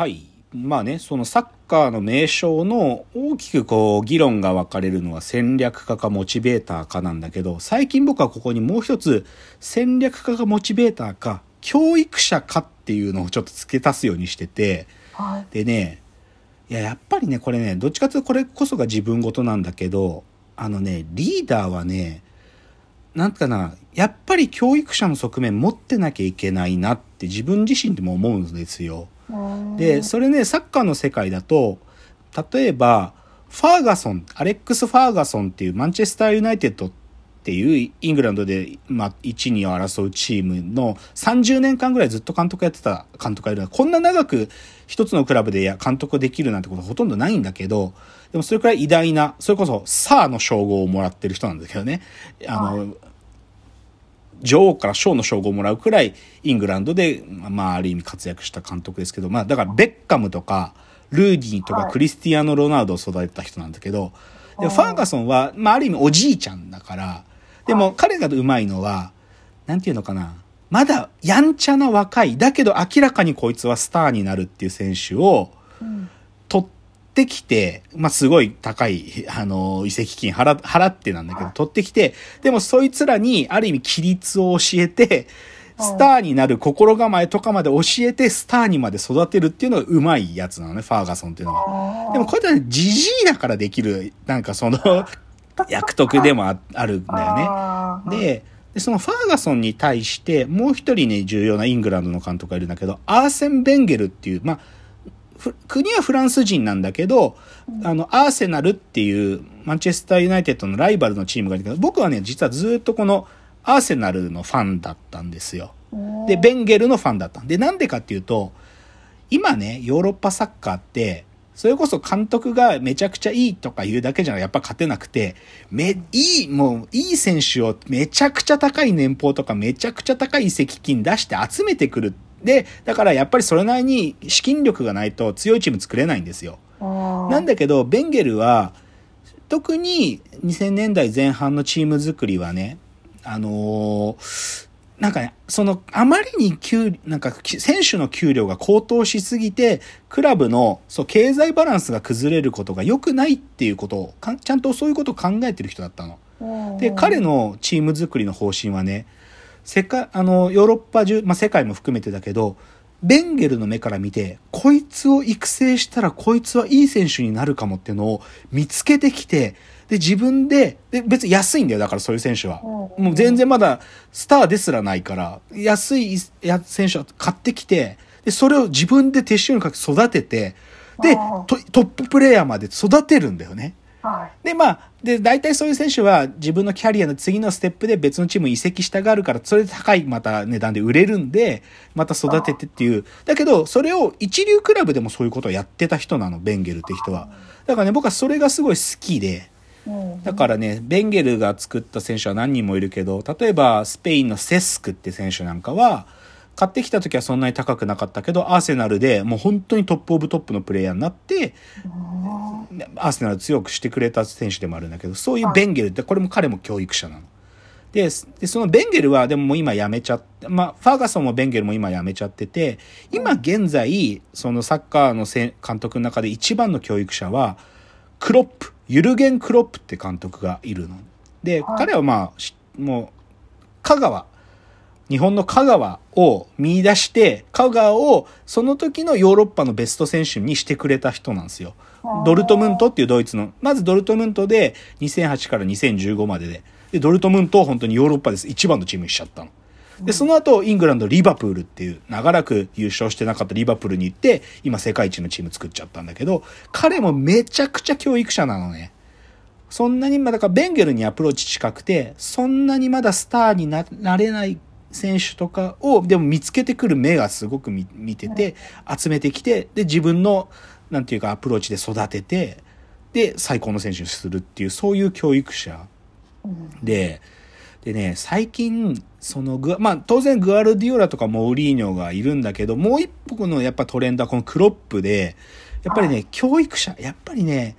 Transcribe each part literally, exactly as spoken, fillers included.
はい。まあね、そのサッカーの名称の大きくこう議論が分かれるのは戦略家かモチベーターかなんだけど、最近僕はここにもう一つ戦略家かモチベーターか教育者かっていうのをちょっと付け足すようにしてて、 はい、 でね、いややっぱりねこれねどっちかというとこれこそが自分事なんだけど、あのねリーダーはねなんかなやっぱり教育者の側面持ってなきゃいけないなって自分自身でも思うんですよ。でそれねサッカーの世界だと例えばファーガソンアレックス・ファーガソンっていうマンチェスターユナイテッドっていうイングランドで、まあ、いち、にを争うチームのさんじゅうねんかんぐらいずっと監督やってた監督がいる。こんな長く一つのクラブで監督できるなんてことはほとんどないんだけど、でもそれくらい偉大な、それこそサーの称号をもらってる人なんだけどね。あの、はい、女王から賞の称号をもらうくらいイングランドで、まあある意味活躍した監督ですけど、まあだからベッカムとかルーディーとかクリスティアーノ・ロナウドを育てた人なんだけど、でファーガソンは、まあある意味おじいちゃんだから、でも彼が上手いのは、なんていうのかな、まだやんちゃな若い、だけど明らかにこいつはスターになるっていう選手を取ってきて、まあすごい高い、あの、移籍金払、払ってなんだけど、取ってきて、でもそいつらにある意味規律を教えて、スターになる心構えとかまで教えて、スターにまで育てるっていうのが上手いやつなのね、ファーガソンっていうのは。でもこれってジジイだからできる、なんかその、役得でも あ, あるんだよね。で、でそのファーガソンに対してもう一人ね重要なイングランドの監督がいるんだけど、アーセン・ベンゲルっていう、まあ国はフランス人なんだけど、あのアーセナルっていうマンチェスターユナイテッドのライバルのチームがいるけど、僕はね実はずっとこのアーセナルのファンだったんですよ。でベンゲルのファンだったんで、なんでかっていうと今ねヨーロッパサッカーってそれこそ監督がめちゃくちゃいいとか言うだけじゃやっぱ勝てなくて、め、いい、もういい選手をめちゃくちゃ高い年俸とかめちゃくちゃ高い移籍金出して集めてくる。で、だからやっぱりそれなりに資金力がないと強いチーム作れないんですよ。なんだけど、ベンゲルは特ににせんねんだいぜん半のチーム作りはね、あのー、なんかね、その、あまりに給、なんか、選手の給料が高騰しすぎて、クラブの、そう、経済バランスが崩れることが良くないっていうことを、ちゃんとそういうことを考えてる人だったの。で、彼のチーム作りの方針はね、世界、あの、ヨーロッパ中、まあ、世界も含めてだけど、ベンゲルの目から見て、こいつを育成したらこいつはいい選手になるかもっていうのを見つけてきて、で、自分で、で、別に安いんだよ。だからそういう選手は。もう全然まだスターですらないから、安い選手は買ってきて、で、それを自分で手塩にかけ育てて、で、ト、トッププレイヤーまで育てるんだよね。で、まあ、で、大体そういう選手は自分のキャリアの次のステップで別のチームに移籍したがるから、それで高いまた値段で売れるんで、また育ててっていう。だけど、それを一流クラブでもそういうことをやってた人なの、ベンゲルって人は。だからね、僕はそれがすごい好きで、だからね、ベンゲルが作った選手は何人もいるけど、例えばスペインのセスクって選手なんかは、買ってきた時はそんなに高くなかったけど、アーセナルでもう本当にトップオブトップのプレイヤーになって、アーセナル強くしてくれた選手でもあるんだけど、そういうベンゲルって、これも彼も教育者なの。で、でそのベンゲルはでももう今辞めちゃって、まあ、ファーガソンもベンゲルも今辞めちゃってて、今現在、そのサッカーの監督の中で一番の教育者は、クロップ。ユルゲン・クロップって監督がいるの。で、彼はまあ、もう、香川、日本の香川を見出して、香川をその時のヨーロッパのベスト選手にしてくれた人なんですよ。ドルトムントっていうドイツの、まずドルトムントでにせんはちからにせんじゅうごまでで、で、ドルトムントを本当にヨーロッパです一番のチームにしちゃったの。で、その後、イングランド、リバプールっていう、長らく優勝してなかったリバプールに行って、今世界一のチーム作っちゃったんだけど、彼もめちゃくちゃ教育者なのね。そんなに、まあだからベンゲルにアプローチ近くて、そんなにまだスターに な, なれない選手とかを、でも見つけてくる目がすごく 見, 見てて、集めてきて、で、自分の、なんていうかアプローチで育てて、で、最高の選手にするっていう、そういう教育者。で、でね、最近、そのグ、まあ当然グアルディオラとかモーリーニョがいるんだけど、もう一歩のやっぱトレンドはこのクロップで、やっぱりね、教育者、やっぱりね、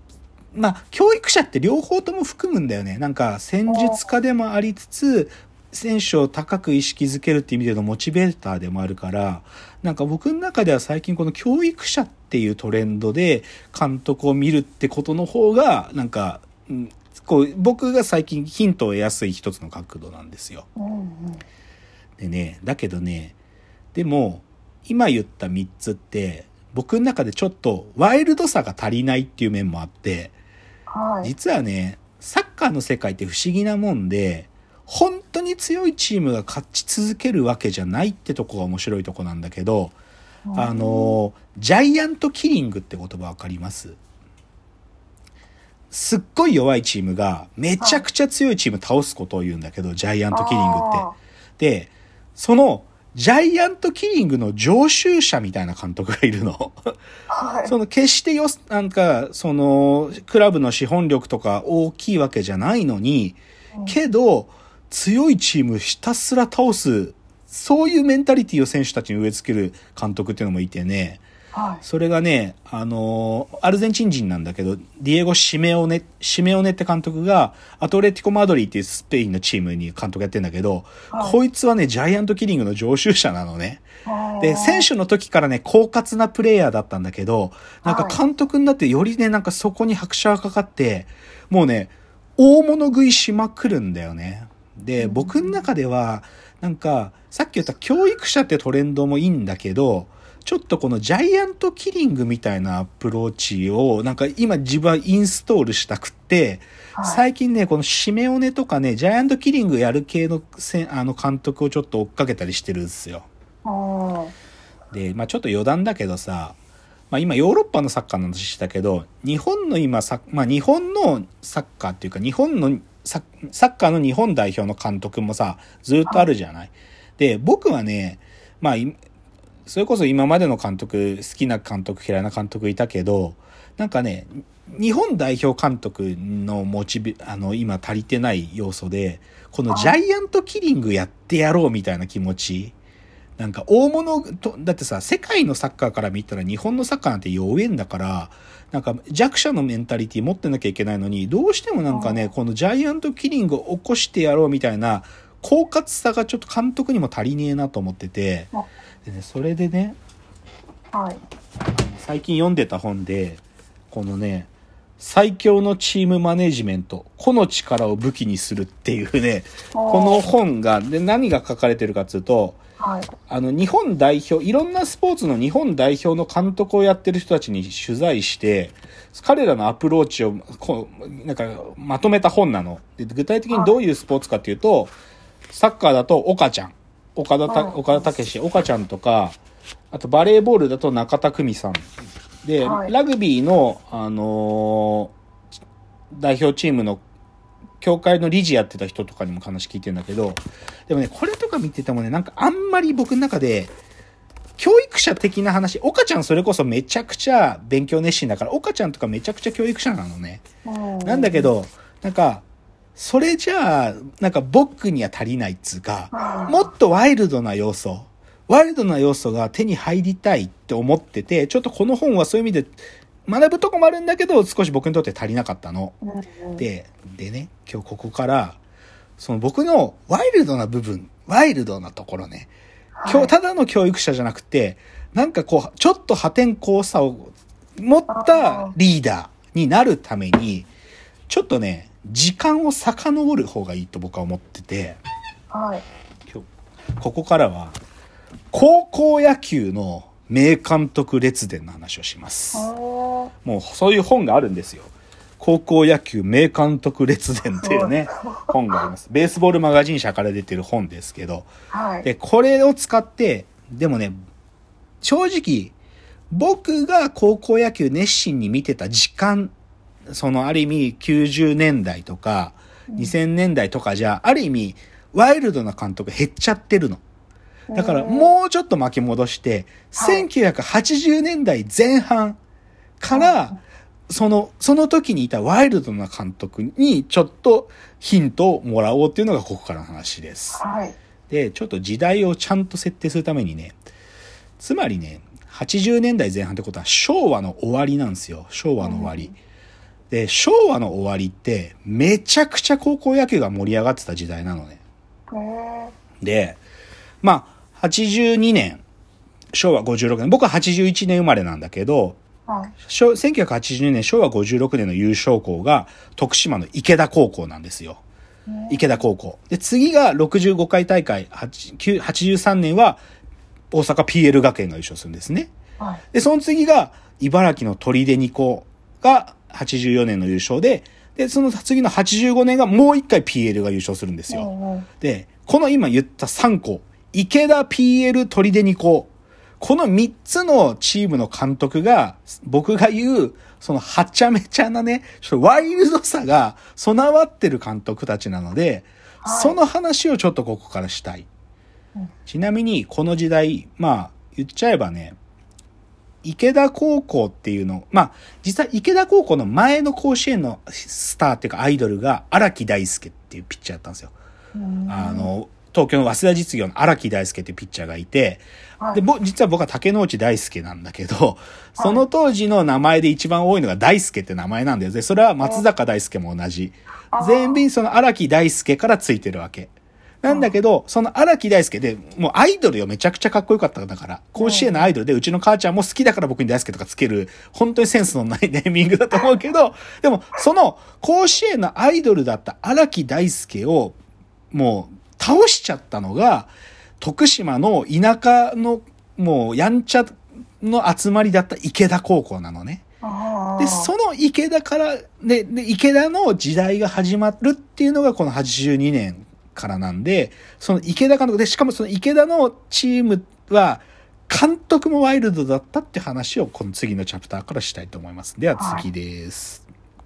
まあ教育者って両方とも含むんだよね。なんか戦術家でもありつつ、 選手を高く意識づけるっていう意味でのモチベーターでもあるから、なんか僕の中では最近この教育者っていうトレンドで監督を見るってことの方が、なんか、うん、こう僕が最近ヒントを得やすい一つの角度なんですよ。 うんうん、 でね、だけどね、でも今言ったみっつって僕の中でちょっとワイルドさが足りないっていう面もあって、 はい、 実はね、サッカーの世界って不思議なもんで、本当に強いチームが勝ち続けるわけじゃないってとこが面白いとこなんだけど、うん、あのジャイアントキリングって言葉わかります？すっごい弱いチームがめちゃくちゃ強いチーム倒すことを言うんだけど、ジャイアントキリングって。で、そのジャイアントキリングの常習者みたいな監督がいるの。はい、その決してよ、なんか、その、クラブの資本力とか大きいわけじゃないのに、うん、けど、強いチームひたすら倒す、そういうメンタリティを選手たちに植え付ける監督っていうのもいてね、はい、それがね、あのー、アルゼンチン人なんだけど、ディエゴ・シメオネ、シメオネって監督が、アトレティコ・マドリーっていうスペインのチームに監督やってんだけど、はい、こいつはね、ジャイアントキリングの常習者なのね。で、選手の時からね、狡猾なプレイヤーだったんだけど、なんか監督になってよりね、なんかそこに拍車がかかって、もうね、大物食いしまくるんだよね。で、僕の中では、なんか、さっき言った教育者ってトレンドもいいんだけど、ちょっとこのジャイアントキリングみたいなアプローチをなんか今自分はインストールしたくって、はい、最近ねこのシメオネとかねジャイアントキリングやる系のせあの監督をちょっと追っかけたりしてるんですよ。で、まあちょっと余談だけどさ、まあ今ヨーロッパのサッカーの話したけど、日本の今サまあ日本のサッカーっていうか日本のサッカーの日本代表の監督もさずっとあるじゃない。はい、で僕はねまあそれこそ今までの監督、好きな監督、嫌いな監督いたけど、なんかね、日本代表監督のモチベ、あの、今足りてない要素で、このジャイアントキリングやってやろうみたいな気持ち。なんか大物と、だってさ、世界のサッカーから見たら日本のサッカーなんて弱えんだから、なんか弱者のメンタリティ持ってなきゃいけないのに、どうしてもなんかね、このジャイアントキリングを起こしてやろうみたいな、狡猾さがちょっと監督にも足りねえなと思ってて、でね、それでね、 はい、 最近読んでた本でこのね最強のチームマネジメント個の力を武器にするっていうねこの本がで何が書かれてるかっていうと、はい、あの日本代表いろんなスポーツの日本代表の監督をやってる人たちに取材して彼らのアプローチをこうなんかまとめた本なので具体的にどういうスポーツかっていうと、はい、サッカーだと岡ちゃん岡田た、岡田武史、岡ちゃんとか、あとバレーボールだと中田久美さん。で、はい、ラグビーの、あのー、代表チームの、協会の理事やってた人とかにも話聞いてるんだけど、でもね、これとか見ててもね、なんかあんまり僕の中で、教育者的な話、岡ちゃんそれこそめちゃくちゃ勉強熱心だから、岡ちゃんとかめちゃくちゃ教育者なのね。なんだけど、なんか、それじゃあ、なんか僕には足りないっつうか、もっとワイルドな要素、ワイルドな要素が手に入りたいって思ってて、ちょっとこの本はそういう意味で学ぶとこもあるんだけど、少し僕にとって足りなかったの。で、でね、今日ここから、その僕のワイルドな部分、ワイルドなところね、今日ただの教育者じゃなくて、なんかこう、ちょっと破天荒さを持ったリーダーになるために、ちょっとね、時間を遡る方がいいと僕は思ってて、 はい、 今日ここからは高校野球の名監督列伝の話をします。もうそういう本があるんですよ。高校野球名監督列伝っていうね本があります。ベースボールマガジン社から出てる本ですけど、 はい、 でこれを使ってでもね正直僕が高校野球熱心に見てた時間そのある意味きゅうじゅうねんだいとかにせんねんだいとかじゃある意味ワイルドな監督減っちゃってるの。だからもうちょっと巻き戻してせんきゅうひゃくはちじゅうねんだいぜん半からそのその時にいたワイルドな監督にちょっとヒントをもらおうっていうのがここからの話です。でちょっと時代をちゃんと設定するためにね、つまりねはちじゅうねんだいぜん半ってことは昭和の終わりなんですよ。昭和の終わり。で、昭和の終わりってめちゃくちゃ高校野球が盛り上がってた時代なのね。 へで、まあ、はちじゅうにねん、しょうわごじゅうろくねん、僕ははちじゅういちねん生まれなんだけど、 ーはい。 せんきゅうひゃくはちじゅうにねん、しょうわごじゅうろくねんの優勝校が徳島の池田高校なんですよ。池田高校。で、次がろくじゅうごかい大会、はちじゅうさんねんは大阪 ピーエル 学園が優勝するんですね。 はい。 で、その次が茨城の砦二高がはちじゅうよねんの優勝で、で、その次のはちじゅうごねんがもう一回 ピーエル が優勝するんですよ。 うんうん、 で、この今言ったさん校、池田 ピーエル 砦二高、このみっつのチームの監督が、僕が言う、そのはちゃめちゃなね、ちょっとワイルドさが備わってる監督たちなので、はい、その話をちょっとここからしたい。うん、ちなみに、この時代、まあ、言っちゃえばね、池田高校っていうの、まあ、実は池田高校の前の甲子園のスターっていうかアイドルが荒木大輔っていうピッチャーだったんですよ。あの、東京の早稲田実業の荒木大輔っていうピッチャーがいて、はい、で、ぼ、実は僕は竹之内大輔なんだけど、その当時の名前で一番多いのが大輔って名前なんだよね。それは松坂大輔も同じ。全員その荒木大輔からついてるわけ。なんだけど、その荒木大輔で、もうアイドルよ、めちゃくちゃかっこよかったんだから、甲子園のアイドルで、うちの母ちゃんも好きだから僕に大輔とかつける、本当にセンスのないネーミングだと思うけど、でも、その甲子園のアイドルだった荒木大輔を、もう、倒しちゃったのが、徳島の田舎の、もう、やんちゃの集まりだった池田高校なのね。で、その池田から、で、で、池田の時代が始まるっていうのがこのはちじゅうにねんからなんで、その池田監督で、しかもその池田のチームは、監督もワイルドだったって話をこの次のチャプターからしたいと思います。では次です。はい。